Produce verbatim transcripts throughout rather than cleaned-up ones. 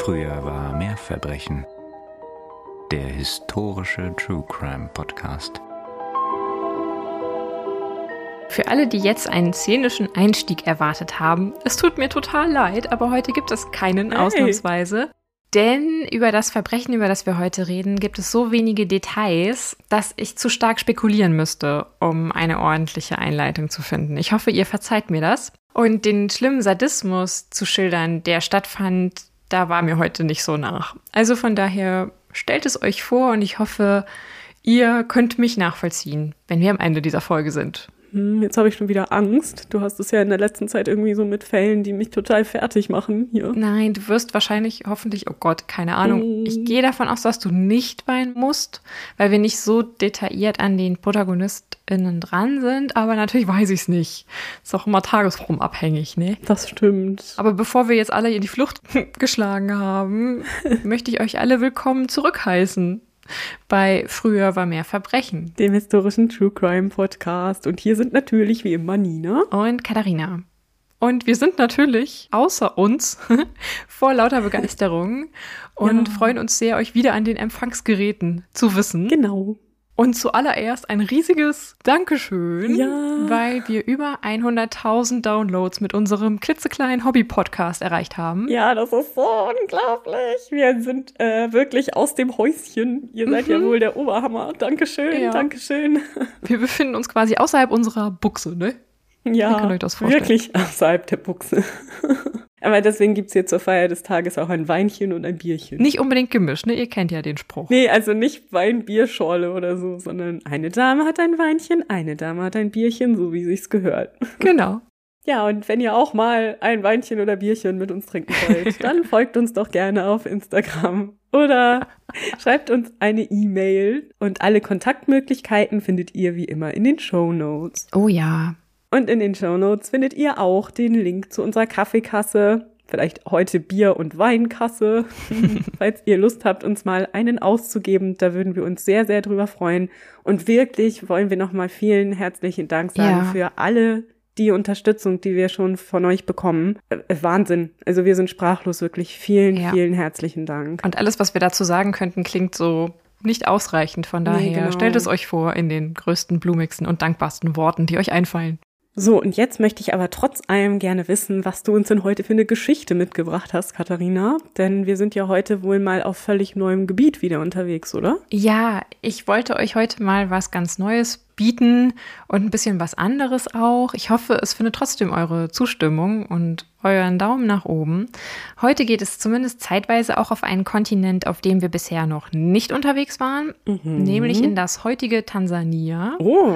Früher war mehr Verbrechen. Der historische True Crime Podcast. Für alle, die jetzt einen szenischen Einstieg erwartet haben, es tut mir total leid, aber heute gibt es keinen, hey. Ausnahmsweise. Denn über das Verbrechen, über das wir heute reden, gibt es so wenige Details, dass ich zu stark spekulieren müsste, um eine ordentliche Einleitung zu finden. Ich hoffe, ihr verzeiht mir das. Und den schlimmen Sadismus zu schildern, der stattfand, da war mir heute nicht so nach. Also von daher stellt es euch vor und ich hoffe, ihr könnt mich nachvollziehen, wenn wir am Ende dieser Folge sind. Jetzt habe ich schon wieder Angst. Du hast es ja in der letzten Zeit irgendwie so mit Fällen, die mich total fertig machen hier. Nein, du wirst wahrscheinlich, hoffentlich, oh Gott, keine Ahnung. Mm. Ich gehe davon aus, dass du nicht weinen musst, weil wir nicht so detailliert an den ProtagonistInnen dran sind. Aber natürlich weiß ich es nicht. Ist auch immer tagesformabhängig, ne? Das stimmt. Aber bevor wir jetzt alle in die Flucht geschlagen haben, möchte ich euch alle willkommen zurückheißen. Bei Früher war mehr Verbrechen, dem historischen True Crime Podcast. Und hier sind natürlich wie immer Nina und Katharina. Und wir sind natürlich außer uns vor lauter Begeisterung und ja. freuen uns sehr, euch wieder an den Empfangsgeräten zu wissen. Genau. Und zuallererst ein riesiges Dankeschön, ja. weil wir über hunderttausend Downloads mit unserem klitzekleinen Hobby-Podcast erreicht haben. Ja, das ist so unglaublich. Wir sind äh, wirklich aus dem Häuschen. Ihr seid mhm. ja wohl der Oberhammer. Dankeschön, ja. Dankeschön. Wir befinden uns quasi außerhalb unserer Buchse, ne? Ja, Wie könnt ihr euch das vorstellen? Wirklich außerhalb der Buchse. Aber deswegen gibt's hier zur Feier des Tages auch ein Weinchen und ein Bierchen. Nicht unbedingt gemischt, ne? Ihr kennt ja den Spruch. Nee, also nicht Wein-Bierschorle oder so, sondern eine Dame hat ein Weinchen, eine Dame hat ein Bierchen, so wie sich's gehört. Genau. Ja, und wenn ihr auch mal ein Weinchen oder Bierchen mit uns trinken wollt, dann folgt uns doch gerne auf Instagram oder schreibt uns eine E-Mail. Und alle Kontaktmöglichkeiten findet ihr wie immer in den Shownotes. Oh ja. Und in den Shownotes findet ihr auch den Link zu unserer Kaffeekasse, vielleicht heute Bier- und Weinkasse, falls ihr Lust habt, uns mal einen auszugeben. Da würden wir uns sehr, sehr drüber freuen. Und wirklich wollen wir nochmal vielen herzlichen Dank sagen ja. für alle die Unterstützung, die wir schon von euch bekommen. Äh, Wahnsinn. Also wir sind sprachlos, wirklich. Vielen, ja. vielen herzlichen Dank. Und alles, was wir dazu sagen könnten, klingt so nicht ausreichend. Von daher nee, genau. stellt es euch vor in den größten, blumigsten und dankbarsten Worten, die euch einfallen. So, und jetzt möchte ich aber trotz allem gerne wissen, was du uns denn heute für eine Geschichte mitgebracht hast, Katharina. Denn wir sind ja heute wohl mal auf völlig neuem Gebiet wieder unterwegs, oder? Ja, ich wollte euch heute mal was ganz Neues bieten und ein bisschen was anderes auch. Ich hoffe, es findet trotzdem eure Zustimmung und euren Daumen nach oben. Heute geht es zumindest zeitweise auch auf einen Kontinent, auf dem wir bisher noch nicht unterwegs waren, mhm. nämlich in das heutige Tansania. Oh.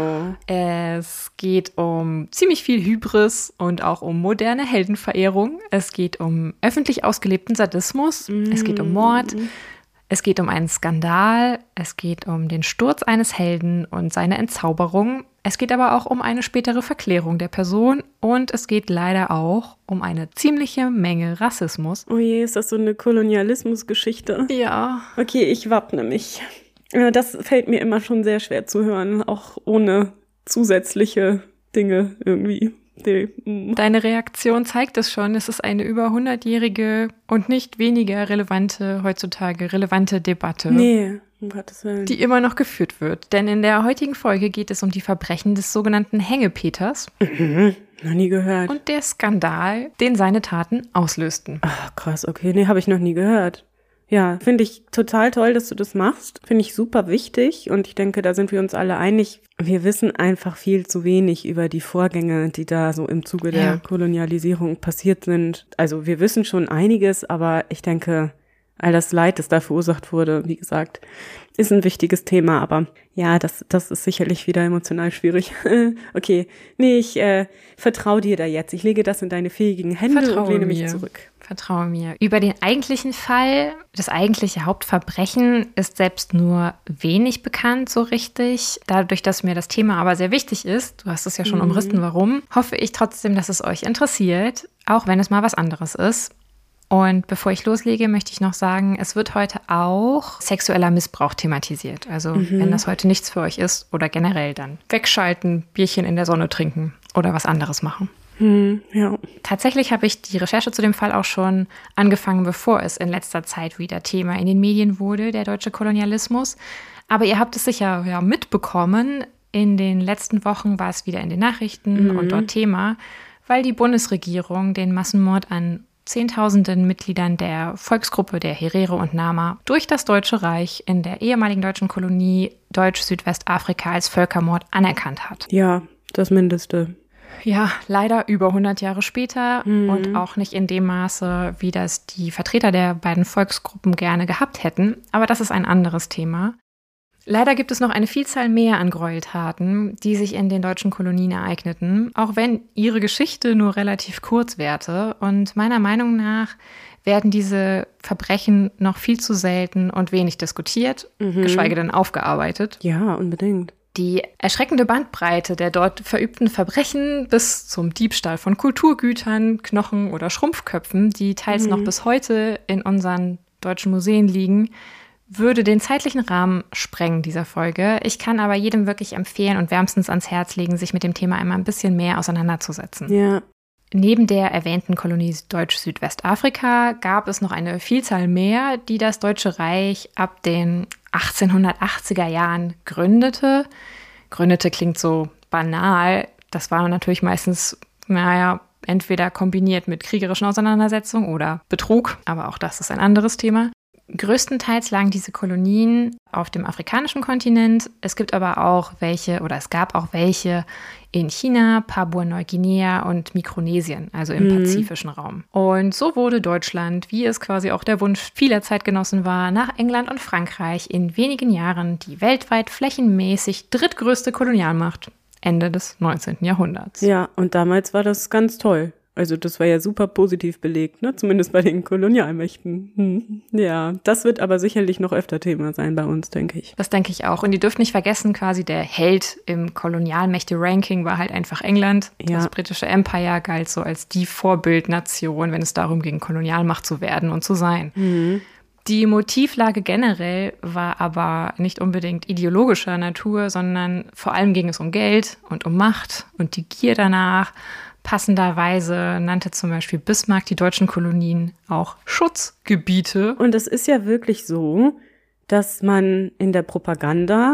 Es geht um ziemlich viel Hybris und auch um moderne Heldenverehrung. Es geht um öffentlich ausgelebten Sadismus. Mhm. Es geht um Mord. Es geht um einen Skandal, es geht um den Sturz eines Helden und seine Entzauberung. Es geht aber auch um eine spätere Verklärung der Person und es geht leider auch um eine ziemliche Menge Rassismus. Oh je, ist das so eine Kolonialismusgeschichte? Ja. Okay, ich wappne mich. Das fällt mir immer schon sehr schwer zu hören, auch ohne zusätzliche Dinge irgendwie. Deine Reaktion zeigt es schon, es ist eine über hundertjährige und nicht weniger relevante, heutzutage relevante Debatte, nee, um Gottes Willen. Die immer noch geführt wird. Denn in der heutigen Folge geht es um die Verbrechen des sogenannten Hängepeters. Mhm, noch nie gehört. Und der Skandal, den seine Taten auslösten. Ach krass, okay, nee, habe ich noch nie gehört. Ja, finde ich total toll, dass du das machst. Finde ich super wichtig und ich denke, da sind wir uns alle einig. Wir wissen einfach viel zu wenig über die Vorgänge, die da so im Zuge der ja. Kolonialisierung passiert sind. Also wir wissen schon einiges, aber ich denke, all das Leid, das da verursacht wurde, wie gesagt, ist ein wichtiges Thema. Aber ja, das das ist sicherlich wieder emotional schwierig. Okay, nee, ich äh, vertraue dir da jetzt. Ich lege das in deine fähigen Hände Vertraue und lehne mir. mich zurück. Vertraue mir. Über den eigentlichen Fall, das eigentliche Hauptverbrechen, ist selbst nur wenig bekannt so richtig. Dadurch, dass mir das Thema aber sehr wichtig ist, du hast es ja schon mhm. umrissen, warum, hoffe ich trotzdem, dass es euch interessiert, auch wenn es mal was anderes ist. Und bevor ich loslege, möchte ich noch sagen, es wird heute auch sexueller Missbrauch thematisiert. Also mhm. wenn das heute nichts für euch ist oder generell, dann wegschalten, Bierchen in der Sonne trinken oder was anderes machen. Hm, ja. Tatsächlich habe ich die Recherche zu dem Fall auch schon angefangen, bevor es in letzter Zeit wieder Thema in den Medien wurde, der deutsche Kolonialismus. Aber ihr habt es sicher ja mitbekommen, in den letzten Wochen war es wieder in den Nachrichten mhm. und dort Thema, weil die Bundesregierung den Massenmord an Zehntausenden Mitgliedern der Volksgruppe der Herero und Nama durch das Deutsche Reich in der ehemaligen deutschen Kolonie Deutsch-Südwestafrika als Völkermord anerkannt hat. Ja, das Mindeste. Ja, leider über hundert Jahre später mhm. und auch nicht in dem Maße, wie das die Vertreter der beiden Volksgruppen gerne gehabt hätten. Aber das ist ein anderes Thema. Leider gibt es noch eine Vielzahl mehr an Gräueltaten, die sich in den deutschen Kolonien ereigneten, auch wenn ihre Geschichte nur relativ kurz währte. Und meiner Meinung nach werden diese Verbrechen noch viel zu selten und wenig diskutiert, mhm. geschweige denn aufgearbeitet. Ja, unbedingt. Die erschreckende Bandbreite der dort verübten Verbrechen bis zum Diebstahl von Kulturgütern, Knochen oder Schrumpfköpfen, die teils mhm. noch bis heute in unseren deutschen Museen liegen, würde den zeitlichen Rahmen sprengen dieser Folge. Ich kann aber jedem wirklich empfehlen und wärmstens ans Herz legen, sich mit dem Thema einmal ein bisschen mehr auseinanderzusetzen. Ja. Neben der erwähnten Kolonie Deutsch-Südwestafrika gab es noch eine Vielzahl mehr, die das Deutsche Reich ab den achtzehnhundertachtziger Jahren gründete. Gründete klingt so banal. Das war natürlich meistens, naja, entweder kombiniert mit kriegerischen Auseinandersetzungen oder Betrug. Aber auch das ist ein anderes Thema. Größtenteils lagen diese Kolonien auf dem afrikanischen Kontinent. Es gibt aber auch welche, oder es gab auch welche in China, Papua-Neuguinea und Mikronesien, also im mhm. pazifischen Raum. Und so wurde Deutschland, wie es quasi auch der Wunsch vieler Zeitgenossen war, nach England und Frankreich in wenigen Jahren die weltweit flächenmäßig drittgrößte Kolonialmacht Ende des neunzehnten Jahrhunderts. Ja, und damals war das ganz toll. Also das war ja super positiv belegt, ne? Zumindest bei den Kolonialmächten. Hm. Ja, das wird aber sicherlich noch öfter Thema sein bei uns, denke ich. Das denke ich auch. Und ihr dürft nicht vergessen, quasi der Held im Kolonialmächte-Ranking war halt einfach England. Ja. Das britische Empire galt so als die Vorbildnation, wenn es darum ging, Kolonialmacht zu werden und zu sein. Mhm. Die Motivlage generell war aber nicht unbedingt ideologischer Natur, sondern vor allem ging es um Geld und um Macht und die Gier danach. Passenderweise nannte zum Beispiel Bismarck die deutschen Kolonien auch Schutzgebiete. Und es ist ja wirklich so, dass man in der Propaganda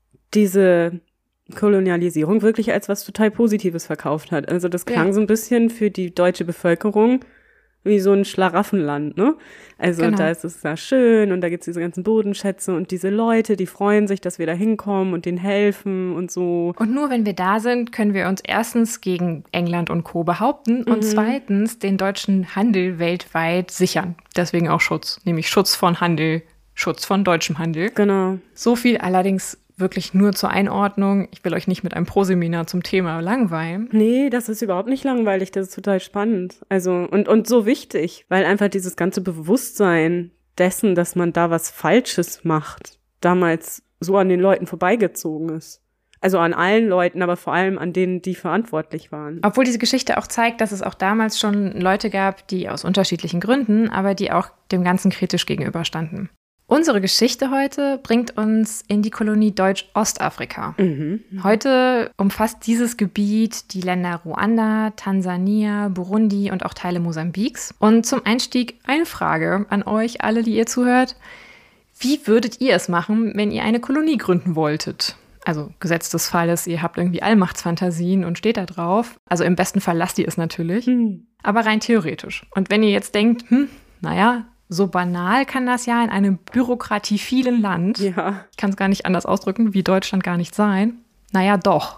diese Kolonialisierung wirklich als was total Positives verkauft hat. Also das klang ja. so ein bisschen für die deutsche Bevölkerung wie so ein Schlaraffenland, ne? Also genau. Da ist es da schön und da gibt's diese ganzen Bodenschätze und diese Leute, die freuen sich, dass wir da hinkommen und denen helfen und so. Und nur wenn wir da sind, können wir uns erstens gegen England und Co. behaupten und mhm. zweitens den deutschen Handel weltweit sichern. Deswegen auch Schutz, nämlich Schutz von Handel, Schutz von deutschem Handel. Genau. So viel allerdings wirklich nur zur Einordnung. Ich will euch nicht mit einem Proseminar zum Thema langweilen. Nee, das ist überhaupt nicht langweilig. Das ist total spannend. Also, und, und so wichtig, weil einfach dieses ganze Bewusstsein dessen, dass man da was Falsches macht, damals so an den Leuten vorbeigezogen ist. Also an allen Leuten, aber vor allem an denen, die verantwortlich waren. Obwohl diese Geschichte auch zeigt, dass es auch damals schon Leute gab, die aus unterschiedlichen Gründen, aber die auch dem Ganzen kritisch gegenüberstanden. Unsere Geschichte heute bringt uns in die Kolonie Deutsch-Ostafrika. Mhm. Heute umfasst dieses Gebiet die Länder Ruanda, Tansania, Burundi und auch Teile Mosambiks. Und zum Einstieg eine Frage an euch alle, die ihr zuhört. Wie würdet ihr es machen, wenn ihr eine Kolonie gründen wolltet? Also gesetzt des Falles, ihr habt irgendwie Allmachtsfantasien und steht da drauf. Also im besten Fall lasst ihr es natürlich, mhm. aber rein theoretisch. Und wenn ihr jetzt denkt, hm, naja, so banal kann das ja in einem bürokratievielen Land, ja. ich kann es gar nicht anders ausdrücken, wie Deutschland gar nicht sein. Naja, doch.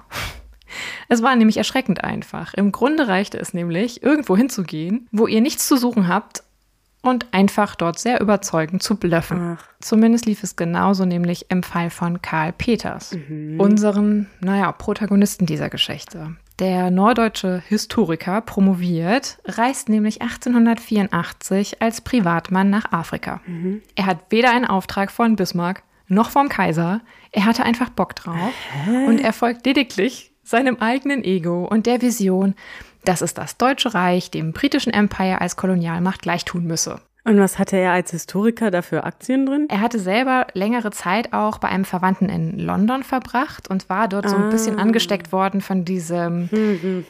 Es war nämlich erschreckend einfach. Im Grunde reichte es nämlich, irgendwo hinzugehen, wo ihr nichts zu suchen habt und einfach dort sehr überzeugend zu bluffen. Ach. Zumindest lief es genauso, nämlich im Fall von Karl Peters, mhm. unseren, naja, Protagonisten dieser Geschichte. Der norddeutsche Historiker promoviert, reist nämlich achtzehnhundertvierundachtzig als Privatmann nach Afrika. Mhm. Er hat weder einen Auftrag von Bismarck noch vom Kaiser. Er hatte einfach Bock drauf. Hä? Und er folgt lediglich seinem eigenen Ego und der Vision, dass es das Deutsche Reich dem britischen Empire als Kolonialmacht gleichtun müsse. Und was hatte er als Historiker da für Aktien drin? Er hatte selber längere Zeit auch bei einem Verwandten in London verbracht und war dort so ein ah. bisschen angesteckt worden von diesem, hm, hm, hm.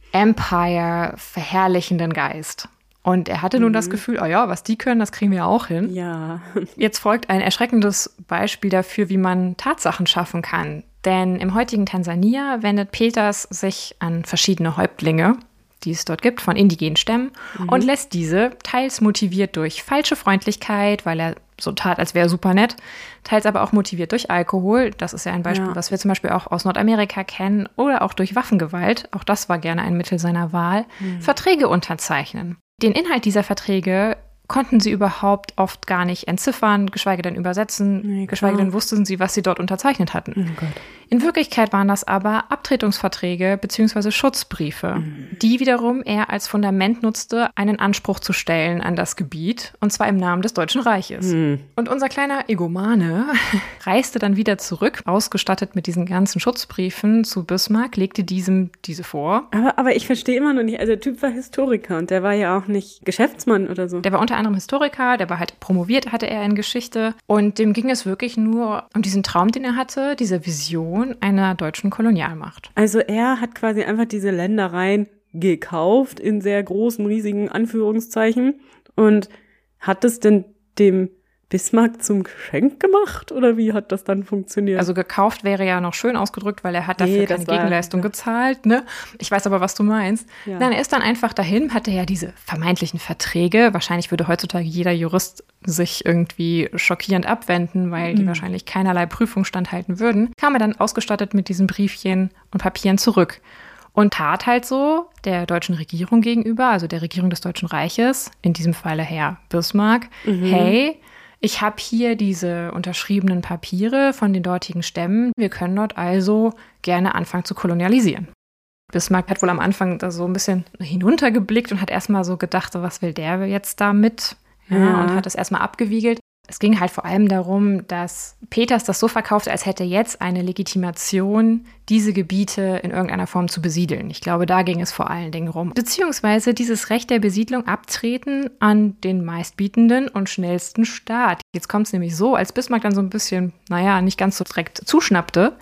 Empire verherrlichenden Geist. Und er hatte nun mhm. das Gefühl, oh ja, was die können, das kriegen wir auch hin. Ja. Jetzt folgt ein erschreckendes Beispiel dafür, wie man Tatsachen schaffen kann. Denn im heutigen Tansania wendet Peters sich an verschiedene Häuptlinge, die es dort gibt, von indigenen Stämmen, mhm. und lässt diese, teils motiviert durch falsche Freundlichkeit, weil er so tat, als wäre er super nett, teils aber auch motiviert durch Alkohol. Das ist ja ein Beispiel, ja. was wir zum Beispiel auch aus Nordamerika kennen, oder auch durch Waffengewalt, auch das war gerne ein Mittel seiner Wahl, mhm. Verträge unterzeichnen. Den Inhalt dieser Verträge konnten sie überhaupt oft gar nicht entziffern, geschweige denn übersetzen, nee, geschweige denn wussten sie, was sie dort unterzeichnet hatten. Oh Gott. In Wirklichkeit waren das aber Abtretungsverträge bzw. Schutzbriefe, mhm. die wiederum er als Fundament nutzte, einen Anspruch zu stellen an das Gebiet, und zwar im Namen des Deutschen Reiches. Mhm. Und unser kleiner Egomane reiste dann wieder zurück, ausgestattet mit diesen ganzen Schutzbriefen zu Bismarck, legte diesem diese vor. Aber, aber ich verstehe immer noch nicht, also der Typ war Historiker und der war ja auch nicht Geschäftsmann oder so. Der war unter anderem Historiker, der war halt promoviert, hatte er in Geschichte, und dem ging es wirklich nur um diesen Traum, den er hatte, diese Vision einer deutschen Kolonialmacht. Also er hat quasi einfach diese Ländereien gekauft, in sehr großen, riesigen Anführungszeichen, und hat es denn dem Bismarck zum Geschenk gemacht, oder wie hat das dann funktioniert? Also gekauft wäre ja noch schön ausgedrückt, weil er hat dafür nee, keine Gegenleistung ja. gezahlt, ne? Ich weiß aber, was du meinst. Ja. Nein, er ist dann einfach dahin, hatte ja diese vermeintlichen Verträge. Wahrscheinlich würde heutzutage jeder Jurist sich irgendwie schockierend abwenden, weil mhm. die wahrscheinlich keinerlei Prüfung standhalten würden. Kam er dann ausgestattet mit diesen Briefchen und Papieren zurück. Und tat halt so der deutschen Regierung gegenüber, also der Regierung des Deutschen Reiches, in diesem Falle Herr Bismarck, mhm. hey, ich habe hier diese unterschriebenen Papiere von den dortigen Stämmen. Wir können dort also gerne anfangen zu kolonialisieren. Bismarck hat wohl am Anfang da so ein bisschen hinuntergeblickt und hat erstmal so gedacht, was will der jetzt damit? Ja, ja. Und hat das erstmal abgewiegelt. Es ging halt vor allem darum, dass Peters das so verkaufte, als hätte jetzt eine Legitimation, diese Gebiete in irgendeiner Form zu besiedeln. Ich glaube, da ging es vor allen Dingen rum. Beziehungsweise dieses Recht der Besiedlung abtreten an den meistbietenden und schnellsten Staat. Jetzt kommt es nämlich so, als Bismarck dann so ein bisschen, naja, nicht ganz so direkt zuschnappte,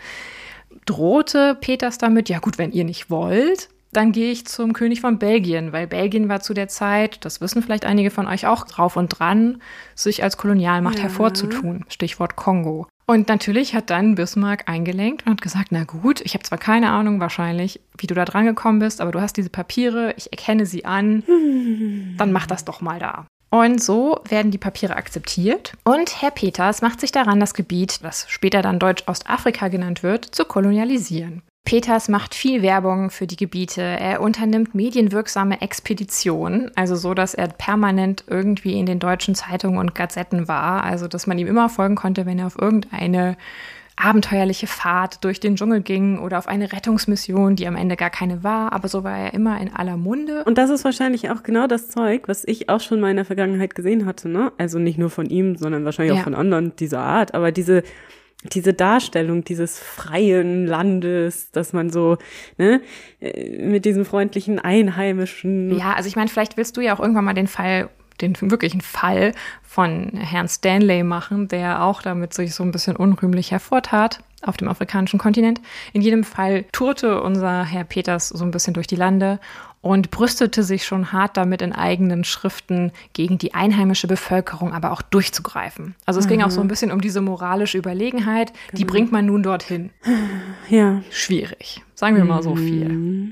drohte Peters damit, ja gut, wenn ihr nicht wollt, dann gehe ich zum König von Belgien, weil Belgien war zu der Zeit, das wissen vielleicht einige von euch auch, drauf und dran, sich als Kolonialmacht ja. hervorzutun. Stichwort Kongo. Und natürlich hat dann Bismarck eingelenkt und hat gesagt, na gut, ich habe zwar keine Ahnung wahrscheinlich, wie du da dran gekommen bist, aber du hast diese Papiere, ich erkenne sie an, dann mach das doch mal da. Und so werden die Papiere akzeptiert und Herr Peters macht sich daran, das Gebiet, das später dann Deutsch-Ostafrika genannt wird, zu kolonialisieren. Peters macht viel Werbung für die Gebiete. Er unternimmt medienwirksame Expeditionen, also so, dass er permanent irgendwie in den deutschen Zeitungen und Gazetten war, also dass man ihm immer folgen konnte, wenn er auf irgendeine abenteuerliche Fahrt durch den Dschungel ging oder auf eine Rettungsmission, die am Ende gar keine war, aber so war er immer in aller Munde. Und das ist wahrscheinlich auch genau das Zeug, was ich auch schon mal in der Vergangenheit gesehen hatte, ne? Also nicht nur von ihm, sondern wahrscheinlich ja. auch von anderen dieser Art, aber diese Diese Darstellung dieses freien Landes, dass man so, ne, mit diesen freundlichen Einheimischen. Ja, also ich meine, vielleicht willst du ja auch irgendwann mal den Fall, den wirklichen Fall von Herrn Stanley machen, der auch damit sich so ein bisschen unrühmlich hervortat auf dem afrikanischen Kontinent. In jedem Fall tourte unser Herr Peters so ein bisschen durch die Lande und brüstete sich schon hart damit, in eigenen Schriften gegen die einheimische Bevölkerung aber auch durchzugreifen. Also es mhm. ging auch so ein bisschen um diese moralische Überlegenheit, genau. Die bringt man nun dorthin. Ja. Schwierig, sagen wir mal so viel.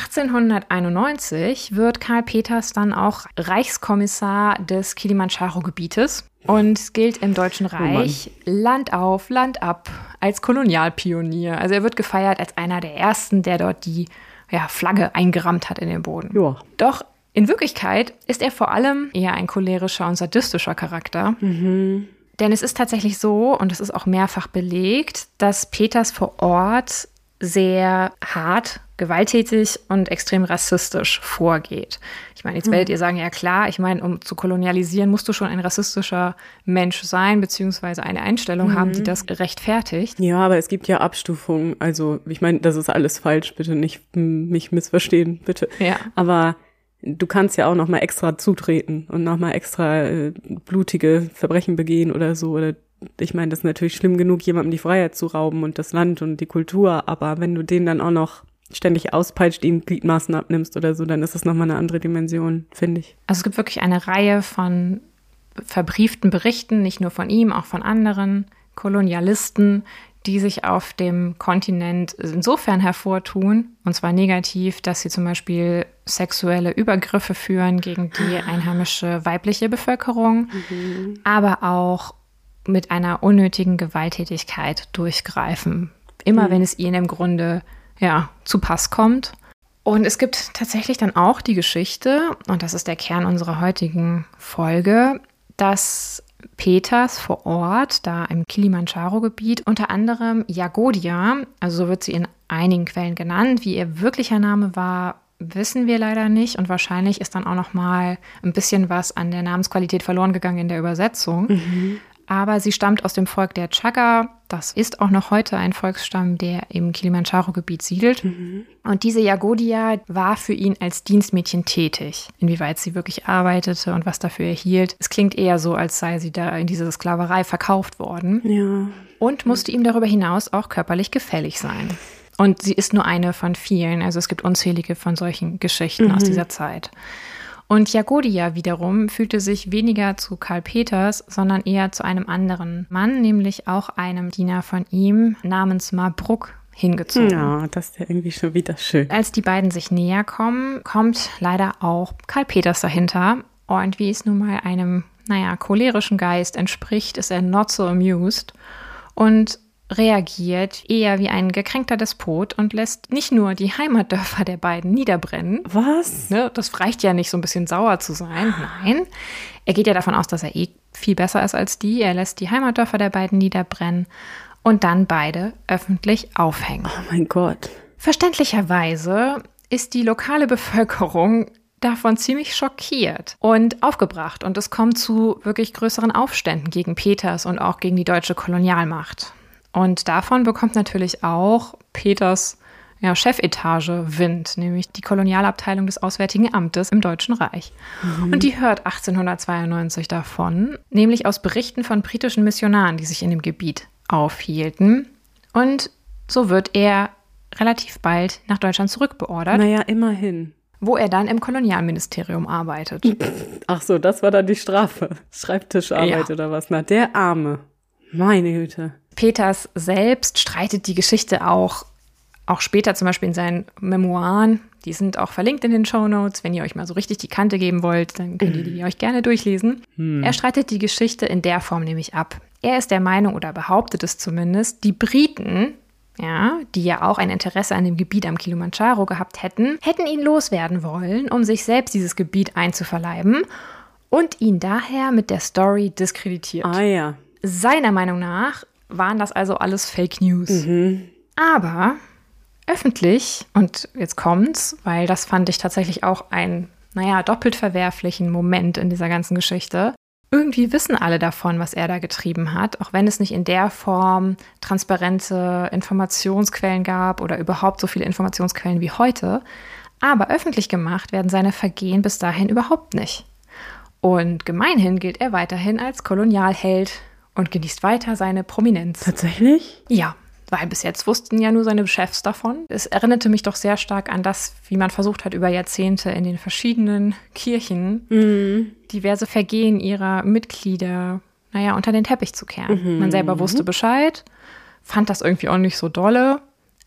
achtzehnhunderteinundneunzig wird Karl Peters dann auch Reichskommissar des Kilimandscharo-Gebietes und gilt im Deutschen Reich oh Land auf, Land ab als Kolonialpionier. Also er wird gefeiert als einer der Ersten, der dort die ja, Flagge eingerammt hat in den Boden. Ja. Doch in Wirklichkeit ist er vor allem eher ein cholerischer und sadistischer Charakter. Mhm. Denn es ist tatsächlich so, und es ist auch mehrfach belegt, dass Peters vor Ort sehr hart, gewalttätig und extrem rassistisch vorgeht. Ich meine, jetzt werdet ihr sagen, ja klar, ich meine, um zu kolonialisieren, musst du schon ein rassistischer Mensch sein, beziehungsweise eine Einstellung mhm. haben, die das rechtfertigt. Ja, aber es gibt ja Abstufungen. Also ich meine, das ist alles falsch, bitte nicht m- mich missverstehen, bitte. Ja. Aber du kannst ja auch noch mal extra zutreten und noch mal extra äh, blutige Verbrechen begehen oder so. Oder ich meine, das ist natürlich schlimm genug, jemandem die Freiheit zu rauben und das Land und die Kultur. Aber wenn du den dann auch noch ständig auspeitscht, ihm Gliedmaßen abnimmst oder so, dann ist das nochmal eine andere Dimension, finde ich. Also es gibt wirklich eine Reihe von verbrieften Berichten, nicht nur von ihm, auch von anderen Kolonialisten, die sich auf dem Kontinent insofern hervortun, und zwar negativ, dass sie zum Beispiel sexuelle Übergriffe führen gegen die einheimische weibliche Bevölkerung, mhm. aber auch mit einer unnötigen Gewalttätigkeit durchgreifen. Immer mhm. wenn es ihnen im Grunde ja, zu Pass kommt. Und es gibt tatsächlich dann auch die Geschichte, und das ist der Kern unserer heutigen Folge, dass Peters vor Ort, da im Kilimandscharo-Gebiet, unter anderem Yagodia, also so wird sie in einigen Quellen genannt, wie ihr wirklicher Name war, wissen wir leider nicht. Und wahrscheinlich ist dann auch noch mal ein bisschen was an der Namensqualität verloren gegangen in der Übersetzung. Mhm. Aber sie stammt aus dem Volk der Chaga. Das ist auch noch heute ein Volksstamm, der im Kilimandscharo-Gebiet siedelt. Mhm. Und diese Yagodia war für ihn als Dienstmädchen tätig. Inwieweit sie wirklich arbeitete und was dafür erhielt. Es klingt eher so, als sei sie da in diese Sklaverei verkauft worden. Ja. Und musste ihm darüber hinaus auch körperlich gefällig sein. Und sie ist nur eine von vielen. Also es gibt unzählige von solchen Geschichten mhm. aus dieser Zeit. Und Yagodia wiederum fühlte sich weniger zu Karl Peters, sondern eher zu einem anderen Mann, nämlich auch einem Diener von ihm namens Mabruk hingezogen. Ja, das ist ja irgendwie schon wieder schön. Als die beiden sich näher kommen, kommt leider auch Karl Peters dahinter. Und wie es nun mal einem, naja, cholerischen Geist entspricht, ist er not so amused und reagiert eher wie ein gekränkter Despot und lässt nicht nur die Heimatdörfer der beiden niederbrennen. Was? Ne, das reicht ja nicht, so ein bisschen sauer zu sein. Nein, er geht ja davon aus, dass er eh viel besser ist als die. Er lässt die Heimatdörfer der beiden niederbrennen und dann beide öffentlich aufhängen. Oh mein Gott. Verständlicherweise ist die lokale Bevölkerung davon ziemlich schockiert und aufgebracht. Und es kommt zu wirklich größeren Aufständen gegen Peters und auch gegen die deutsche Kolonialmacht. Und davon bekommt natürlich auch Peters ja, Chefetage Wind, nämlich die Kolonialabteilung des Auswärtigen Amtes im Deutschen Reich. Mhm. Und die hört achtzehnhundertzweiundneunzig davon, nämlich aus Berichten von britischen Missionaren, die sich in dem Gebiet aufhielten. Und so wird er relativ bald nach Deutschland zurückbeordert. Naja, immerhin. Wo er dann im Kolonialministerium arbeitet. Ach so, das war dann die Strafe. Schreibtischarbeit ja. oder was? Na, der Arme. Meine Güte. Peters selbst streitet die Geschichte auch, auch später zum Beispiel in seinen Memoiren. Die sind auch verlinkt in den Shownotes. Wenn ihr euch mal so richtig die Kante geben wollt, dann könnt ihr die euch gerne durchlesen. Hm. Er streitet die Geschichte in der Form nämlich ab. Er ist der Meinung, oder behauptet es zumindest, die Briten, ja, die ja auch ein Interesse an dem Gebiet am Kilimandscharo gehabt hätten, hätten ihn loswerden wollen, um sich selbst dieses Gebiet einzuverleiben und ihn daher mit der Story diskreditiert. Ah ja. Seiner Meinung nach waren das also alles Fake News. Mhm. Aber öffentlich, und jetzt kommt's, weil das fand ich tatsächlich auch einen, naja, doppelt verwerflichen Moment in dieser ganzen Geschichte. Irgendwie wissen alle davon, was er da getrieben hat, auch wenn es nicht in der Form transparente Informationsquellen gab oder überhaupt so viele Informationsquellen wie heute. Aber öffentlich gemacht werden seine Vergehen bis dahin überhaupt nicht. Und gemeinhin gilt er weiterhin als Kolonialheld und genießt weiter seine Prominenz. Tatsächlich? Ja, weil bis jetzt wussten ja nur seine Chefs davon. Es erinnerte mich doch sehr stark an das, wie man versucht hat, über Jahrzehnte in den verschiedenen Kirchen mhm. diverse Vergehen ihrer Mitglieder, naja, unter den Teppich zu kehren. Mhm. Man selber wusste Bescheid, fand das irgendwie auch nicht so dolle,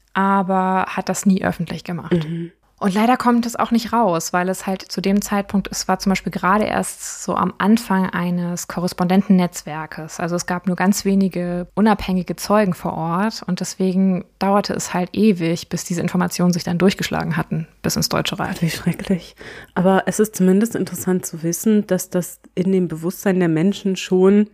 aber hat das nie öffentlich gemacht. Mhm. Und leider kommt es auch nicht raus, weil es halt zu dem Zeitpunkt, es war zum Beispiel gerade erst so am Anfang eines Korrespondentennetzwerkes. Also es gab nur ganz wenige unabhängige Zeugen vor Ort und deswegen dauerte es halt ewig, bis diese Informationen sich dann durchgeschlagen hatten, bis ins Deutsche Reich. Wie schrecklich. Aber es ist zumindest interessant zu wissen, dass das in dem Bewusstsein der Menschen schon,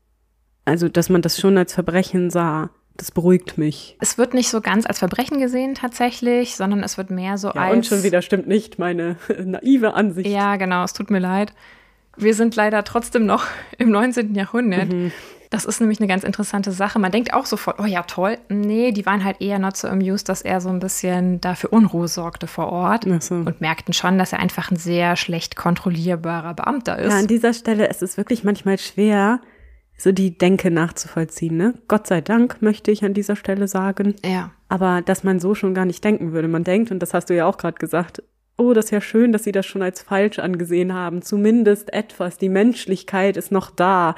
also dass man das schon als Verbrechen sah. Das beruhigt mich. Es wird nicht so ganz als Verbrechen gesehen tatsächlich, sondern es wird mehr so ja, als... Und schon wieder stimmt nicht meine naive Ansicht. Ja, genau, es tut mir leid. Wir sind leider trotzdem noch im neunzehnten Jahrhundert. Mhm. Das ist nämlich eine ganz interessante Sache. Man denkt auch sofort, oh ja, toll. Nee, die waren halt eher not so amused, dass er so ein bisschen dafür Unruhe sorgte vor Ort. Ach so. Und merkten schon, dass er einfach ein sehr schlecht kontrollierbarer Beamter ist. Ja, an dieser Stelle ist es wirklich manchmal schwer, so die Denke nachzuvollziehen, ne? Gott sei Dank, möchte ich an dieser Stelle sagen. Ja. Aber dass man so schon gar nicht denken würde. Man denkt, und das hast du ja auch gerade gesagt, oh, das ist ja schön, dass sie das schon als falsch angesehen haben. Zumindest etwas, die Menschlichkeit ist noch da.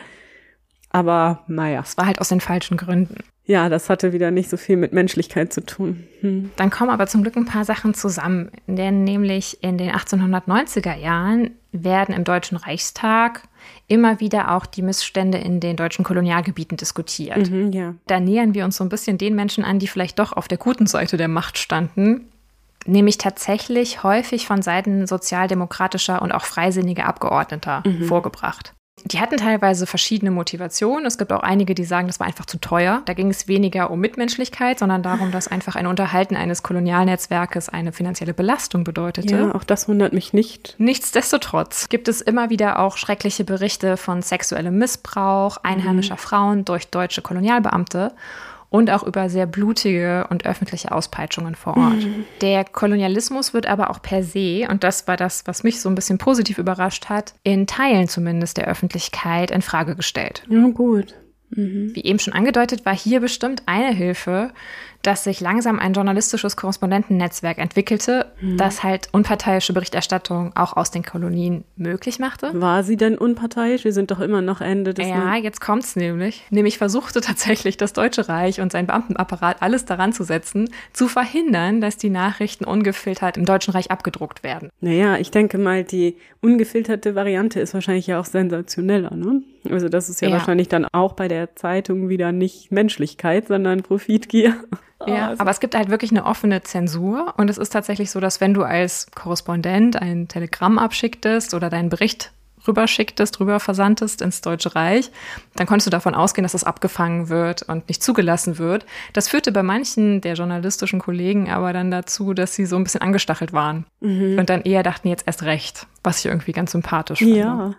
Aber naja. Es war halt aus den falschen Gründen. Ja, das hatte wieder nicht so viel mit Menschlichkeit zu tun. Hm. Dann kommen aber zum Glück ein paar Sachen zusammen. Denn nämlich in den achtzehnhundertneunziger Jahren werden im Deutschen Reichstag immer wieder auch die Missstände in den deutschen Kolonialgebieten diskutiert. Mhm, ja. Da nähern wir uns so ein bisschen den Menschen an, die vielleicht doch auf der guten Seite der Macht standen. Nämlich tatsächlich häufig von Seiten sozialdemokratischer und auch freisinniger Abgeordneter mhm. vorgebracht. Die hatten teilweise verschiedene Motivationen. Es gibt auch einige, die sagen, das war einfach zu teuer. Da ging es weniger um Mitmenschlichkeit, sondern darum, dass einfach ein Unterhalten eines Kolonialnetzwerkes eine finanzielle Belastung bedeutete. Ja, auch das wundert mich nicht. Nichtsdestotrotz gibt es immer wieder auch schreckliche Berichte von sexuellem Missbrauch einheimischer mhm. Frauen durch deutsche Kolonialbeamte. Und auch über sehr blutige und öffentliche Auspeitschungen vor Ort. Mhm. Der Kolonialismus wird aber auch per se, und das war das, was mich so ein bisschen positiv überrascht hat, in Teilen zumindest der Öffentlichkeit in Frage gestellt. Ja, gut. Mhm. Wie eben schon angedeutet, war hier bestimmt eine Hilfe, dass sich langsam ein journalistisches Korrespondentennetzwerk entwickelte, mhm. das halt unparteiische Berichterstattung auch aus den Kolonien möglich machte. War sie denn unparteiisch? Wir sind doch immer noch Ende des... Ja, jetzt kommt's nämlich. Nämlich versuchte tatsächlich das Deutsche Reich und sein Beamtenapparat alles daran zu setzen, zu verhindern, dass die Nachrichten ungefiltert im Deutschen Reich abgedruckt werden. Naja, ich denke mal, die ungefilterte Variante ist wahrscheinlich ja auch sensationeller, ne? Also das ist ja, ja wahrscheinlich dann auch bei der Zeitung wieder nicht Menschlichkeit, sondern Profitgier. Ja, also. Aber es gibt halt wirklich eine offene Zensur und es ist tatsächlich so, dass wenn du als Korrespondent ein Telegramm abschicktest oder deinen Bericht rüberschicktest, rüber versandtest ins Deutsche Reich, dann konntest du davon ausgehen, dass das abgefangen wird und nicht zugelassen wird. Das führte bei manchen der journalistischen Kollegen aber dann dazu, dass sie so ein bisschen angestachelt waren mhm. und dann eher dachten, jetzt erst recht, was ich irgendwie ganz sympathisch finde. Ja.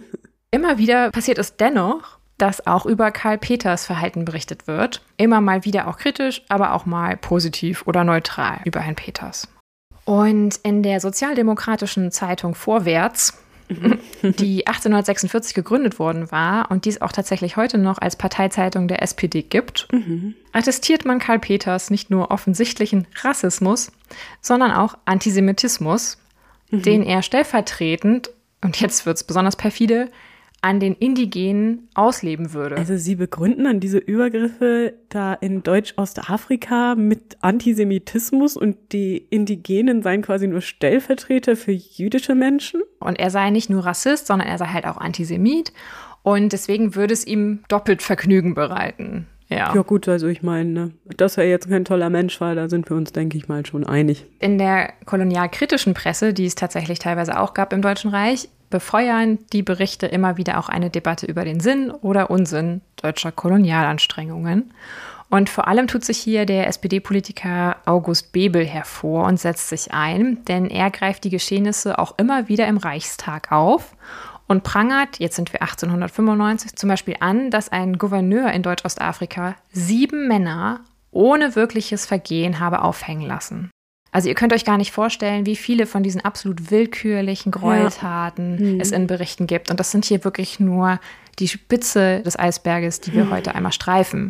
Immer wieder passiert es dennoch, dass auch über Karl Peters Verhalten berichtet wird. Immer mal wieder auch kritisch, aber auch mal positiv oder neutral über Herrn Peters. Und in der sozialdemokratischen Zeitung Vorwärts, die achtzehnhundertsechsundvierzig gegründet worden war und die es auch tatsächlich heute noch als Parteizeitung der S P D gibt, mhm. attestiert man Karl Peters nicht nur offensichtlichen Rassismus, sondern auch Antisemitismus, mhm. den er stellvertretend, und jetzt wird es besonders perfide, an den Indigenen ausleben würde. Also Sie begründen dann diese Übergriffe da in Deutsch-Ostafrika mit Antisemitismus und die Indigenen seien quasi nur Stellvertreter für jüdische Menschen? Und er sei nicht nur Rassist, sondern er sei halt auch Antisemit und deswegen würde es ihm doppelt Vergnügen bereiten. Ja. Ja gut, also ich meine, ne, dass er jetzt kein toller Mensch war, da sind wir uns, denke ich mal, schon einig. In der kolonialkritischen Presse, die es tatsächlich teilweise auch gab im Deutschen Reich, befeuern die Berichte immer wieder auch eine Debatte über den Sinn oder Unsinn deutscher Kolonialanstrengungen. Und vor allem tut sich hier der S P D-Politiker August Bebel hervor und setzt sich ein, denn er greift die Geschehnisse auch immer wieder im Reichstag auf und prangert, jetzt sind wir achtzehnhundertfünfundneunzig, zum Beispiel an, dass ein Gouverneur in Deutsch-Ostafrika sieben Männer ohne wirkliches Vergehen habe aufhängen lassen. Also ihr könnt euch gar nicht vorstellen, wie viele von diesen absolut willkürlichen Gräueltaten ja. mhm. es in Berichten gibt. Und das sind hier wirklich nur die Spitze des Eisberges, die wir mhm. heute einmal streifen.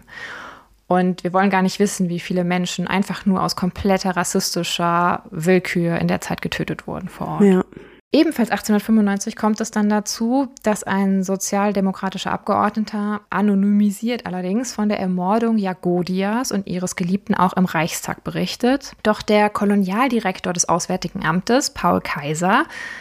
Und wir wollen gar nicht wissen, wie viele Menschen einfach nur aus kompletter rassistischer Willkür in der Zeit getötet wurden vor Ort. Ja. Ebenfalls achtzehnhundertfünfundneunzig kommt es dann dazu, dass ein sozialdemokratischer Abgeordneter, anonymisiert allerdings, von der Ermordung Jagodias und ihres Geliebten auch im Reichstag berichtet. Doch der Kolonialdirektor des Auswärtigen Amtes, Paul Kaiser,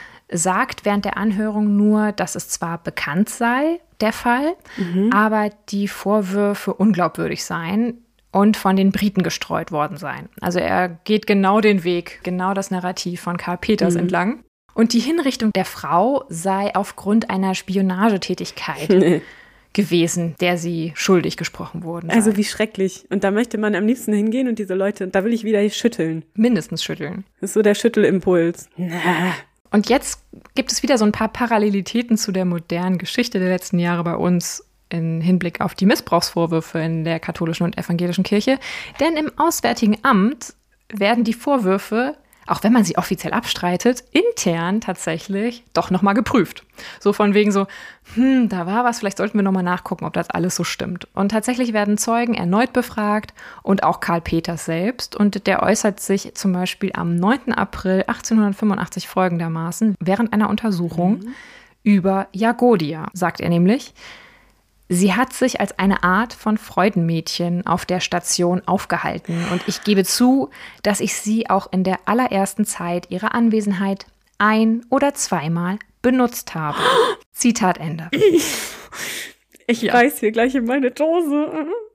sagt während der Anhörung nur, dass es zwar bekannt sei, der Fall, mhm. aber die Vorwürfe unglaubwürdig seien und von den Briten gestreut worden seien. Also er geht genau den Weg, genau das Narrativ von Karl Peters mhm. entlang. Und die Hinrichtung der Frau sei aufgrund einer Spionagetätigkeit nee. gewesen, der sie schuldig gesprochen wurden sei. Also wie schrecklich. Und da möchte man am liebsten hingehen und diese Leute, da will ich wieder schütteln. Mindestens schütteln. Das ist so der Schüttelimpuls. Und jetzt gibt es wieder so ein paar Parallelitäten zu der modernen Geschichte der letzten Jahre bei uns im Hinblick auf die Missbrauchsvorwürfe in der katholischen und evangelischen Kirche. Denn im Auswärtigen Amt werden die Vorwürfe auch wenn man sie offiziell abstreitet, intern tatsächlich doch nochmal geprüft. So von wegen so, hm, da war was, vielleicht sollten wir nochmal nachgucken, ob das alles so stimmt. Und tatsächlich werden Zeugen erneut befragt und auch Karl Peters selbst. Und der äußert sich zum Beispiel am neunten April achtzehnhundertfünfundachtzig folgendermaßen während einer Untersuchung mhm. über Jagodia, sagt er nämlich: Sie hat sich als eine Art von Freudenmädchen auf der Station aufgehalten und ich gebe zu, dass ich sie auch in der allerersten Zeit ihrer Anwesenheit ein- oder zweimal benutzt habe. Zitat Ende. Ich ja. reiß hier gleich in meine Dose.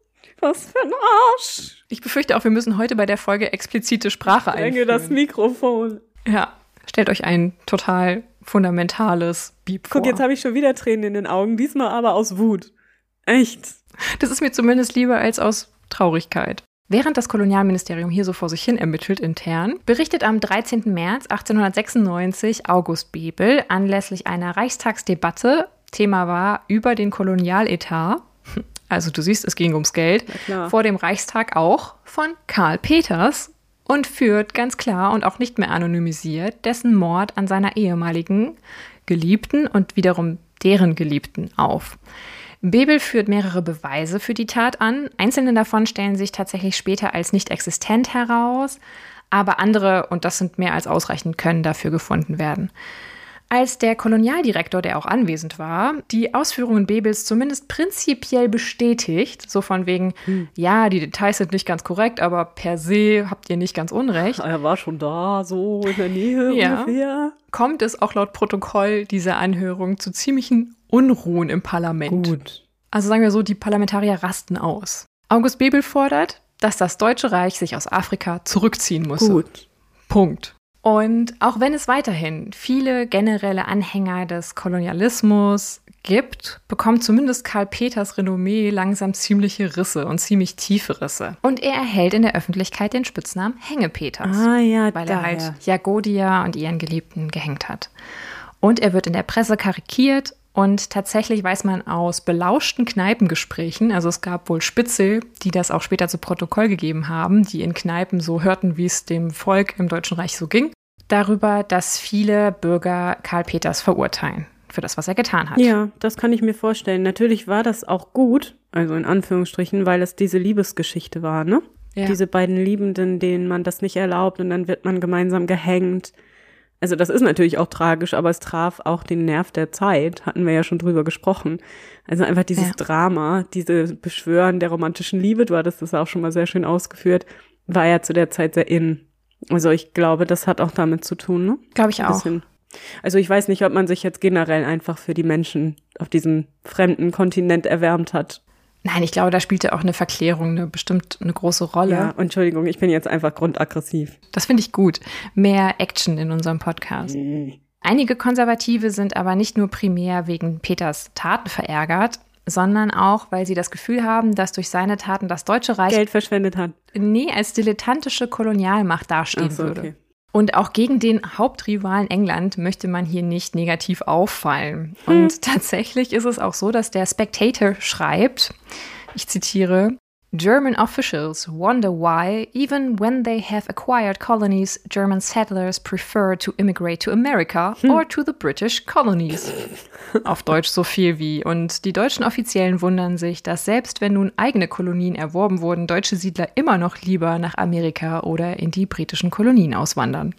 Was für ein Arsch. Ich befürchte auch, wir müssen heute bei der Folge explizite Sprache einführen. Ich das Mikrofon. Ja, stellt euch ein total fundamentales Beep vor. Guck, jetzt habe ich schon wieder Tränen in den Augen, diesmal aber aus Wut. Echt? Das ist mir zumindest lieber als aus Traurigkeit. Während das Kolonialministerium hier so vor sich hin ermittelt intern, berichtet am dreizehnten März achtzehnhundertsechsundneunzig August Bebel anlässlich einer Reichstagsdebatte, Thema war über den Kolonialetat, also du siehst, es ging ums Geld, vor dem Reichstag auch von Karl Peters und führt ganz klar und auch nicht mehr anonymisiert dessen Mord an seiner ehemaligen Geliebten und wiederum deren Geliebten auf. Bebel führt mehrere Beweise für die Tat an. Einzelne davon stellen sich tatsächlich später als nicht existent heraus, aber andere, und das sind mehr als ausreichend, können dafür gefunden werden. Als der Kolonialdirektor, der auch anwesend war, die Ausführungen Bebels zumindest prinzipiell bestätigt, so von wegen, hm. ja, die Details sind nicht ganz korrekt, aber per se habt ihr nicht ganz unrecht. Er war schon da, so in der Nähe ja. ungefähr. Kommt es auch laut Protokoll dieser Anhörung zu ziemlichen Unruhen im Parlament. Gut. Also sagen wir so, die Parlamentarier rasten aus. August Bebel fordert, dass das Deutsche Reich sich aus Afrika zurückziehen muss. Gut. Punkt. Und auch wenn es weiterhin viele generelle Anhänger des Kolonialismus gibt, bekommt zumindest Karl Peters Renommee langsam ziemliche Risse und ziemlich tiefe Risse. Und er erhält in der Öffentlichkeit den Spitznamen Hänge-Peters, ah, ja, weil daher. er halt Jagodia und ihren Geliebten gehängt hat. Und er wird in der Presse karikiert und tatsächlich weiß man aus belauschten Kneipengesprächen, also es gab wohl Spitzel, die das auch später zu Protokoll gegeben haben, die in Kneipen so hörten, wie es dem Volk im Deutschen Reich so ging, darüber, dass viele Bürger Karl Peters verurteilen für das, was er getan hat. Ja, das kann ich mir vorstellen. Natürlich war das auch gut, also in Anführungsstrichen, weil es diese Liebesgeschichte war, ne? Ja. Diese beiden Liebenden, denen man das nicht erlaubt und dann wird man gemeinsam gehängt. Also das ist natürlich auch tragisch, aber es traf auch den Nerv der Zeit, hatten wir ja schon drüber gesprochen. Also einfach dieses ja. Drama, diese Beschwören der romantischen Liebe, du hattest das auch schon mal sehr schön ausgeführt, war ja zu der Zeit sehr in. Also ich glaube, das hat auch damit zu tun, ne? Glaube ich auch. Also ich weiß nicht, ob man sich jetzt generell einfach für die Menschen auf diesem fremden Kontinent erwärmt hat. Nein, ich glaube, da spielte auch eine Verklärung eine bestimmt eine große Rolle. Ja, Entschuldigung, ich bin jetzt einfach grundaggressiv. Das finde ich gut. Mehr Action in unserem Podcast. Mhm. Einige Konservative sind aber nicht nur primär wegen Peters Taten verärgert, sondern auch, weil sie das Gefühl haben, dass durch seine Taten das Deutsche Reich Geld verschwendet hat. Nee, als dilettantische Kolonialmacht dastehen Ach so, würde. Okay. Und auch gegen den Hauptrivalen England möchte man hier nicht negativ auffallen. Und hm. tatsächlich ist es auch so, dass der Spectator schreibt, ich zitiere, German officials wonder why, even when they have acquired colonies, German settlers prefer to immigrate to America hm. or to the British colonies. Auf Deutsch so viel wie. Und die deutschen Offiziellen wundern sich, dass selbst wenn nun eigene Kolonien erworben wurden, deutsche Siedler immer noch lieber nach Amerika oder in die britischen Kolonien auswandern.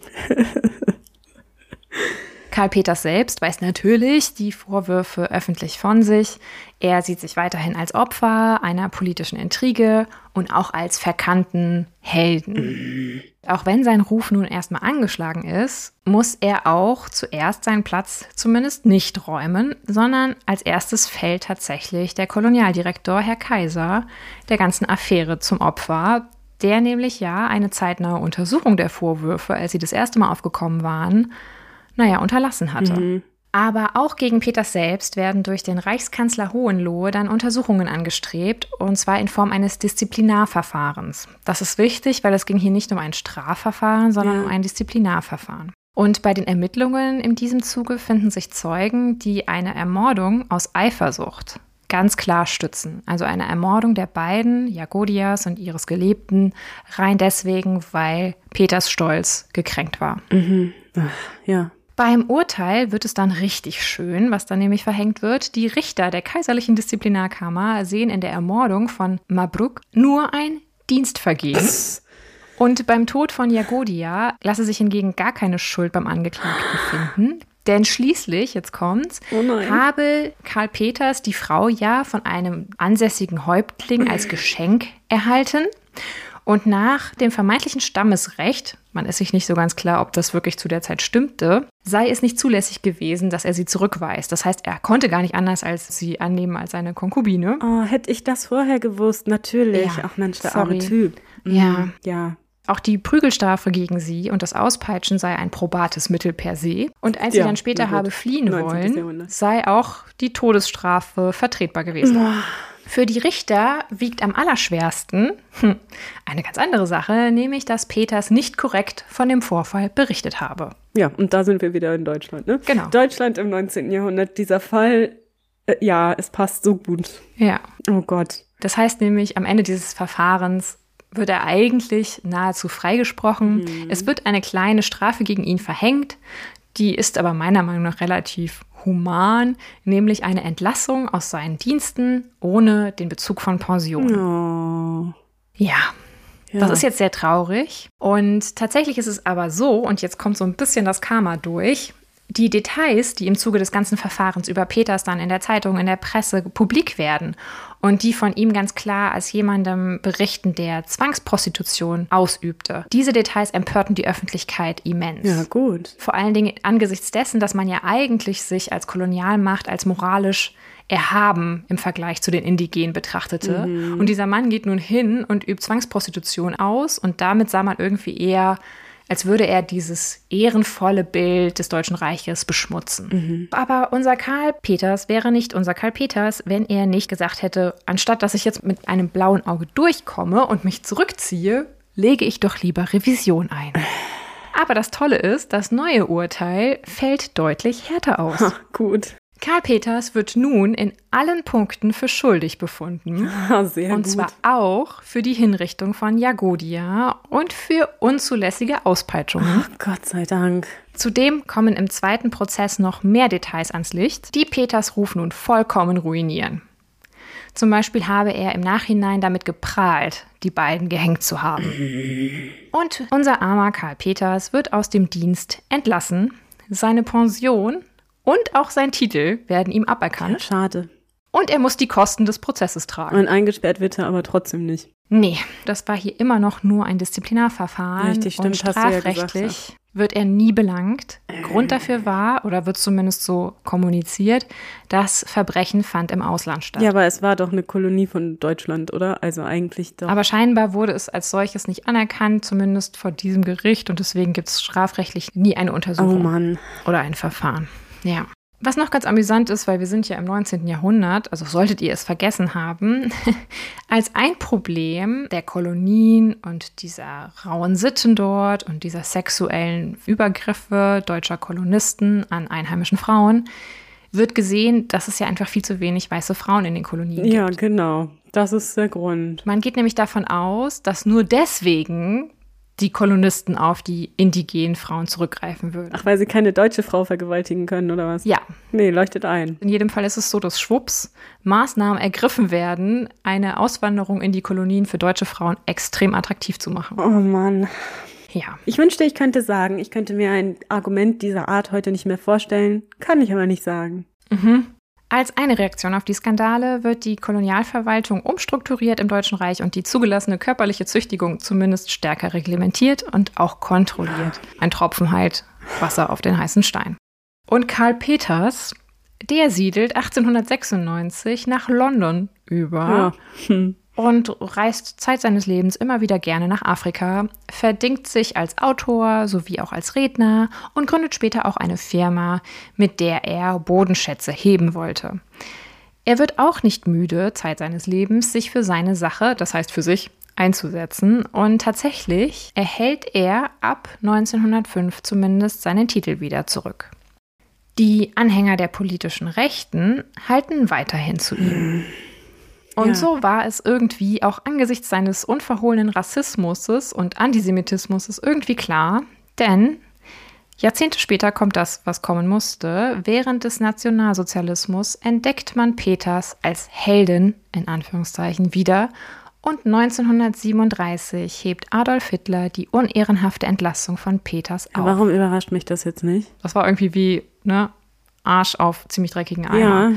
Karl Peters selbst weist natürlich die Vorwürfe öffentlich von sich. Er sieht sich weiterhin als Opfer einer politischen Intrige und auch als verkannten Helden. Auch wenn sein Ruf nun erstmal angeschlagen ist, muss er auch zuerst seinen Platz zumindest nicht räumen, sondern als erstes fällt tatsächlich der Kolonialdirektor, Herr Kaiser, der ganzen Affäre zum Opfer, der nämlich ja eine zeitnahe Untersuchung der Vorwürfe, als sie das erste Mal aufgekommen waren, naja, unterlassen hatte. Mhm. Aber auch gegen Peters selbst werden durch den Reichskanzler Hohenlohe dann Untersuchungen angestrebt, und zwar in Form eines Disziplinarverfahrens. Das ist wichtig, weil es ging hier nicht um ein Strafverfahren, sondern ja. um ein Disziplinarverfahren. Und bei den Ermittlungen in diesem Zuge finden sich Zeugen, die eine Ermordung aus Eifersucht ganz klar stützen. Also eine Ermordung der beiden, Jagodias und ihres Geliebten, rein deswegen, weil Peters Stolz gekränkt war. Mhm. Ach, ja. Beim Urteil wird es dann richtig schön, was dann nämlich verhängt wird. Die Richter der kaiserlichen Disziplinarkammer sehen in der Ermordung von Mabruk nur ein Dienstvergehen. Und beim Tod von Jagodia lasse sich hingegen gar keine Schuld beim Angeklagten finden. Denn schließlich, jetzt kommt's, oh habe Karl Peters die Frau ja von einem ansässigen Häuptling als Geschenk erhalten. Und nach dem vermeintlichen Stammesrecht, man ist sich nicht so ganz klar, ob das wirklich zu der Zeit stimmte, sei es nicht zulässig gewesen, dass er sie zurückweist. Das heißt, er konnte gar nicht anders als sie annehmen als seine Konkubine. Oh, hätte ich das vorher gewusst, natürlich. Ja, Ach Mensch, der sorry. arme Typ. Mhm. Ja. Ja. Auch die Prügelstrafe gegen sie und das Auspeitschen sei ein probates Mittel per se. Und als Ja, sie dann später na gut. habe fliehen neunzehntes wollen, Jahrhundert. sei auch die Todesstrafe vertretbar gewesen. Für die Richter wiegt am allerschwersten hm, eine ganz andere Sache, nämlich, dass Peters nicht korrekt von dem Vorfall berichtet habe. Ja, und da sind wir wieder in Deutschland, ne? Genau. Deutschland im neunzehnten Jahrhundert, dieser Fall, äh, ja, es passt so gut. Ja. Oh Gott. Das heißt nämlich, am Ende dieses Verfahrens wird er eigentlich nahezu freigesprochen. Mhm. Es wird eine kleine Strafe gegen ihn verhängt. Die ist aber meiner Meinung nach relativ human, nämlich eine Entlassung aus seinen Diensten ohne den Bezug von Pension. Oh. Ja, Ja. das ist jetzt sehr traurig. Und tatsächlich ist es aber so, und jetzt kommt so ein bisschen das Karma durch, die Details, die im Zuge des ganzen Verfahrens über Peters dann in der Zeitung, in der Presse publik werden und die von ihm ganz klar als jemandem berichten, der Zwangsprostitution ausübte. Diese Details empörten die Öffentlichkeit immens. Ja, gut. Vor allen Dingen angesichts dessen, dass man ja eigentlich sich als Kolonialmacht, als moralisch erhaben im Vergleich zu den Indigenen betrachtete. Mhm. Und dieser Mann geht nun hin und übt Zwangsprostitution aus und damit sah man irgendwie eher, als würde er dieses ehrenvolle Bild des Deutschen Reiches beschmutzen. Mhm. Aber unser Karl Peters wäre nicht unser Karl Peters, wenn er nicht gesagt hätte, anstatt dass ich jetzt mit einem blauen Auge durchkomme und mich zurückziehe, lege ich doch lieber Revision ein. Aber das Tolle ist, das neue Urteil fällt deutlich härter aus. Ha, gut. Karl Peters wird nun in allen Punkten für schuldig befunden. Ah, sehr und gut. zwar auch für die Hinrichtung von Jagodia und für unzulässige Auspeitschungen. Ach, Gott sei Dank. Zudem kommen im zweiten Prozess noch mehr Details ans Licht, die Peters Ruf nun vollkommen ruinieren. Zum Beispiel habe er im Nachhinein damit geprahlt, die beiden gehängt zu haben. Und unser armer Karl Peters wird aus dem Dienst entlassen. Seine Pension und auch sein Titel werden ihm Ja, aberkannt. schade. Und er muss die Kosten des Prozesses tragen. Und eingesperrt wird er aber trotzdem nicht. Nee, das war hier immer noch nur ein Disziplinarverfahren. Richtig, stimmt, und hast du ja gesagt, strafrechtlich wird er nie belangt. Grund dafür war, oder wird zumindest so kommuniziert, das Verbrechen fand im Ausland statt. Ja, aber es war doch eine Kolonie von Deutschland, oder? Also eigentlich doch. Aber scheinbar wurde es als solches nicht anerkannt, zumindest vor diesem Gericht. Und deswegen gibt es strafrechtlich nie eine Oh Untersuchung Mann. oder ein Verfahren. Ja. Was noch ganz amüsant ist, weil wir sind ja im neunzehnten Jahrhundert, also solltet ihr es vergessen haben, als ein Problem der Kolonien und dieser rauen Sitten dort und dieser sexuellen Übergriffe deutscher Kolonisten an einheimischen Frauen wird gesehen, dass es ja einfach viel zu wenig weiße Frauen in den Kolonien gibt. Ja, genau. Das ist der Grund. Man geht nämlich davon aus, dass nur deswegen die Kolonisten auf die indigenen Frauen zurückgreifen würden. Ach, weil sie keine deutsche Frau vergewaltigen können, oder was? Ja. Nee, leuchtet ein. In jedem Fall ist es so, dass schwupps Maßnahmen ergriffen werden, eine Auswanderung in die Kolonien für deutsche Frauen extrem attraktiv zu machen. Oh Mann. Ja. Ich wünschte, ich könnte sagen, ich könnte mir ein Argument dieser Art heute nicht mehr vorstellen. Kann ich aber nicht sagen. Mhm. Als eine Reaktion auf die Skandale wird die Kolonialverwaltung umstrukturiert im Deutschen Reich und die zugelassene körperliche Züchtigung zumindest stärker reglementiert und auch kontrolliert. Ein Tropfen halt Wasser auf den heißen Stein. Und Karl Peters, der siedelt achtzehnhundertsechsundneunzig nach London über Ja. Hm. und reist Zeit seines Lebens immer wieder gerne nach Afrika, verdingt sich als Autor sowie auch als Redner und gründet später auch eine Firma, mit der er Bodenschätze heben wollte. Er wird auch nicht müde, Zeit seines Lebens, sich für seine Sache, das heißt für sich, einzusetzen. Und tatsächlich erhält er ab neunzehnhundertfünf zumindest seinen Titel wieder zurück. Die Anhänger der politischen Rechten halten weiterhin zu ihm. Und ja. so war es irgendwie auch angesichts seines unverhohlenen Rassismus und Antisemitismus irgendwie klar, denn Jahrzehnte später kommt das, was kommen musste. Während des Nationalsozialismus entdeckt man Peters als Heldin, in Anführungszeichen, wieder. Und neunzehnhundertsiebenunddreißig hebt Adolf Hitler die unehrenhafte Entlassung von Peters auf. Warum überrascht mich das jetzt nicht? Das war irgendwie wie, ne, Arsch auf ziemlich dreckigen Eimer. Ja,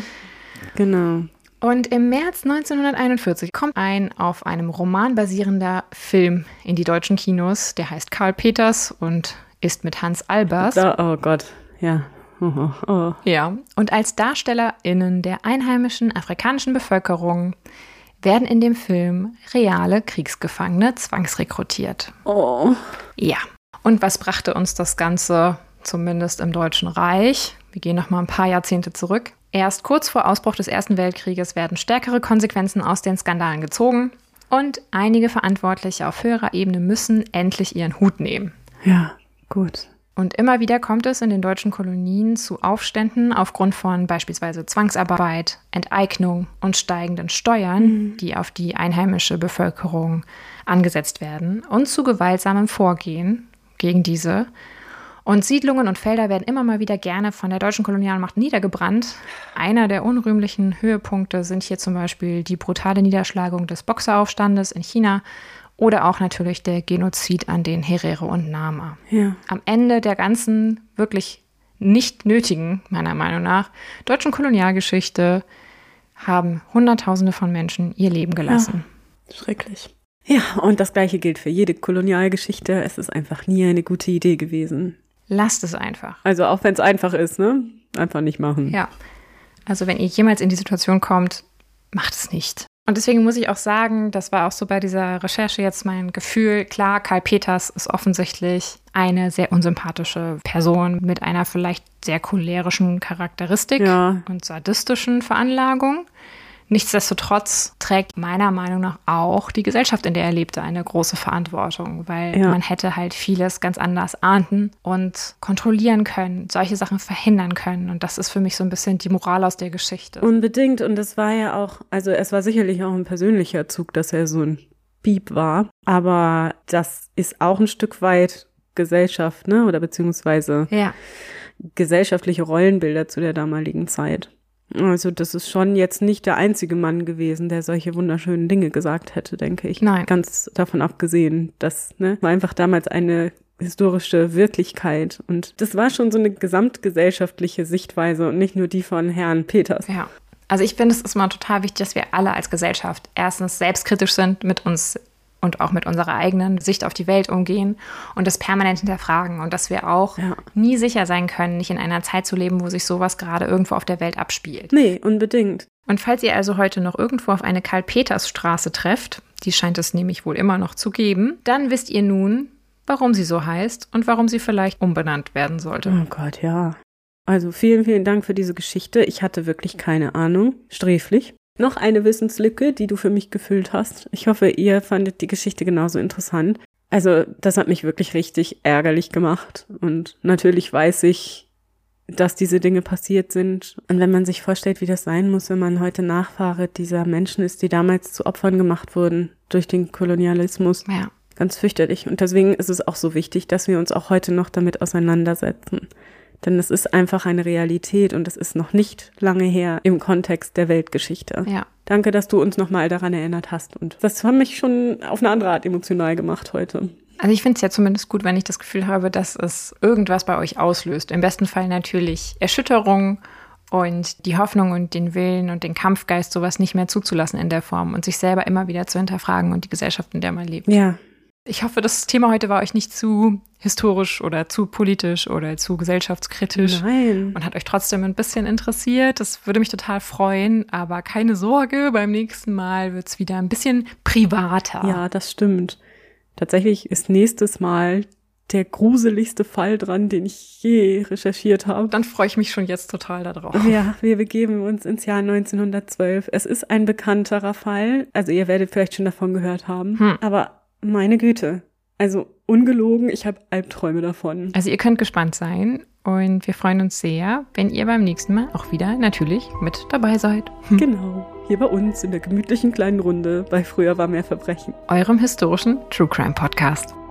genau. Und im März neunzehnhunderteinundvierzig kommt ein auf einem Roman basierender Film in die deutschen Kinos. Der heißt Karl Peters und ist mit Hans Albers. Oh Gott, ja. Oh, oh, oh. Ja, und als DarstellerInnen der einheimischen afrikanischen Bevölkerung werden in dem Film reale Kriegsgefangene zwangsrekrutiert. Oh. Ja, und was brachte uns das Ganze, zumindest im Deutschen Reich? Wir gehen noch mal ein paar Jahrzehnte zurück. Erst kurz vor Ausbruch des Ersten Weltkrieges werden stärkere Konsequenzen aus den Skandalen gezogen und einige Verantwortliche auf höherer Ebene müssen endlich ihren Hut nehmen. Ja, gut. Und immer wieder kommt es in den deutschen Kolonien zu Aufständen aufgrund von beispielsweise Zwangsarbeit, Enteignung und steigenden Steuern, mhm. die auf die einheimische Bevölkerung angesetzt werden, und zu gewaltsamem Vorgehen gegen diese. Und Siedlungen und Felder werden immer mal wieder gerne von der deutschen Kolonialmacht niedergebrannt. Einer der unrühmlichen Höhepunkte sind hier zum Beispiel die brutale Niederschlagung des Boxeraufstandes in China oder auch natürlich der Genozid an den Herero und Nama. Ja. Am Ende der ganzen wirklich nicht nötigen, meiner Meinung nach, deutschen Kolonialgeschichte haben Hunderttausende von Menschen ihr Leben gelassen. Ja, schrecklich. Ja, und das Gleiche gilt für jede Kolonialgeschichte. Es ist einfach nie eine gute Idee gewesen. Lasst es einfach. Also auch wenn es einfach ist, ne? Einfach nicht machen. Ja, also wenn ihr jemals in die Situation kommt, macht es nicht. Und deswegen muss ich auch sagen, das war auch so bei dieser Recherche jetzt mein Gefühl. Klar, Karl Peters ist offensichtlich eine sehr unsympathische Person mit einer vielleicht sehr cholerischen Charakteristik ja. und sadistischen Veranlagung. Nichtsdestotrotz trägt meiner Meinung nach auch die Gesellschaft, in der er lebte, eine große Verantwortung, weil ja. man hätte halt vieles ganz anders ahnden und kontrollieren können, solche Sachen verhindern können. Und das ist für mich so ein bisschen die Moral aus der Geschichte. Unbedingt. Und es war ja auch, also es war sicherlich auch ein persönlicher Zug, dass er so ein Piep war. Aber das ist auch ein Stück weit Gesellschaft, ne? Oder beziehungsweise ja. gesellschaftliche Rollenbilder zu der damaligen Zeit. Also das ist schon jetzt nicht der einzige Mann gewesen, der solche wunderschönen Dinge gesagt hätte, denke ich. Nein. Ganz davon abgesehen, dass, ne, war einfach damals eine historische Wirklichkeit. Und das war schon so eine gesamtgesellschaftliche Sichtweise und nicht nur die von Herrn Peters. Ja. Also ich finde, es ist mal total wichtig, dass wir alle als Gesellschaft erstens selbstkritisch sind mit uns und auch mit unserer eigenen Sicht auf die Welt umgehen und das permanent hinterfragen und dass wir auch ja. nie sicher sein können, nicht in einer Zeit zu leben, wo sich sowas gerade irgendwo auf der Welt abspielt. Nee, unbedingt. Und falls ihr also heute noch irgendwo auf eine Karl-Peters-Straße trefft, die scheint es nämlich wohl immer noch zu geben, dann wisst ihr nun, warum sie so heißt und warum sie vielleicht umbenannt werden sollte. Oh Gott, ja. Also vielen, vielen Dank für diese Geschichte. Ich hatte wirklich keine Ahnung. Sträflich. Noch eine Wissenslücke, die du für mich gefüllt hast. Ich hoffe, ihr fandet die Geschichte genauso interessant. Also, das hat mich wirklich richtig ärgerlich gemacht. Und natürlich weiß ich, dass diese Dinge passiert sind. Und wenn man sich vorstellt, wie das sein muss, wenn man heute Nachfahre dieser Menschen ist, die damals zu Opfern gemacht wurden durch den Kolonialismus. Ja. Ganz fürchterlich. Und deswegen ist es auch so wichtig, dass wir uns auch heute noch damit auseinandersetzen. Denn es ist einfach eine Realität und es ist noch nicht lange her im Kontext der Weltgeschichte. Ja. Danke, dass du uns nochmal daran erinnert hast. Und das hat mich schon auf eine andere Art emotional gemacht heute. Also ich finde es ja zumindest gut, wenn ich das Gefühl habe, dass es irgendwas bei euch auslöst. Im besten Fall natürlich Erschütterung und die Hoffnung und den Willen und den Kampfgeist, sowas nicht mehr zuzulassen in der Form und sich selber immer wieder zu hinterfragen und die Gesellschaft, in der man lebt. Ja. Ich hoffe, das Thema heute war euch nicht zu historisch oder zu politisch oder zu gesellschaftskritisch. Nein. Und hat euch trotzdem ein bisschen interessiert. Das würde mich total freuen. Aber keine Sorge, beim nächsten Mal wird es wieder ein bisschen privater. Ja, das stimmt. Tatsächlich ist nächstes Mal der gruseligste Fall dran, den ich je recherchiert habe. Dann freue ich mich schon jetzt total darauf. Ja, wir begeben uns ins Jahr neunzehnhundertzwölf. Es ist ein bekannterer Fall. Also ihr werdet vielleicht schon davon gehört haben. Hm. Aber meine Güte, also ungelogen, ich habe Albträume davon. Also ihr könnt gespannt sein. Und wir freuen uns sehr, wenn ihr beim nächsten Mal auch wieder natürlich mit dabei seid. Genau, hier bei uns in der gemütlichen kleinen Runde bei Früher war mehr Verbrechen. Eurem historischen True Crime Podcast.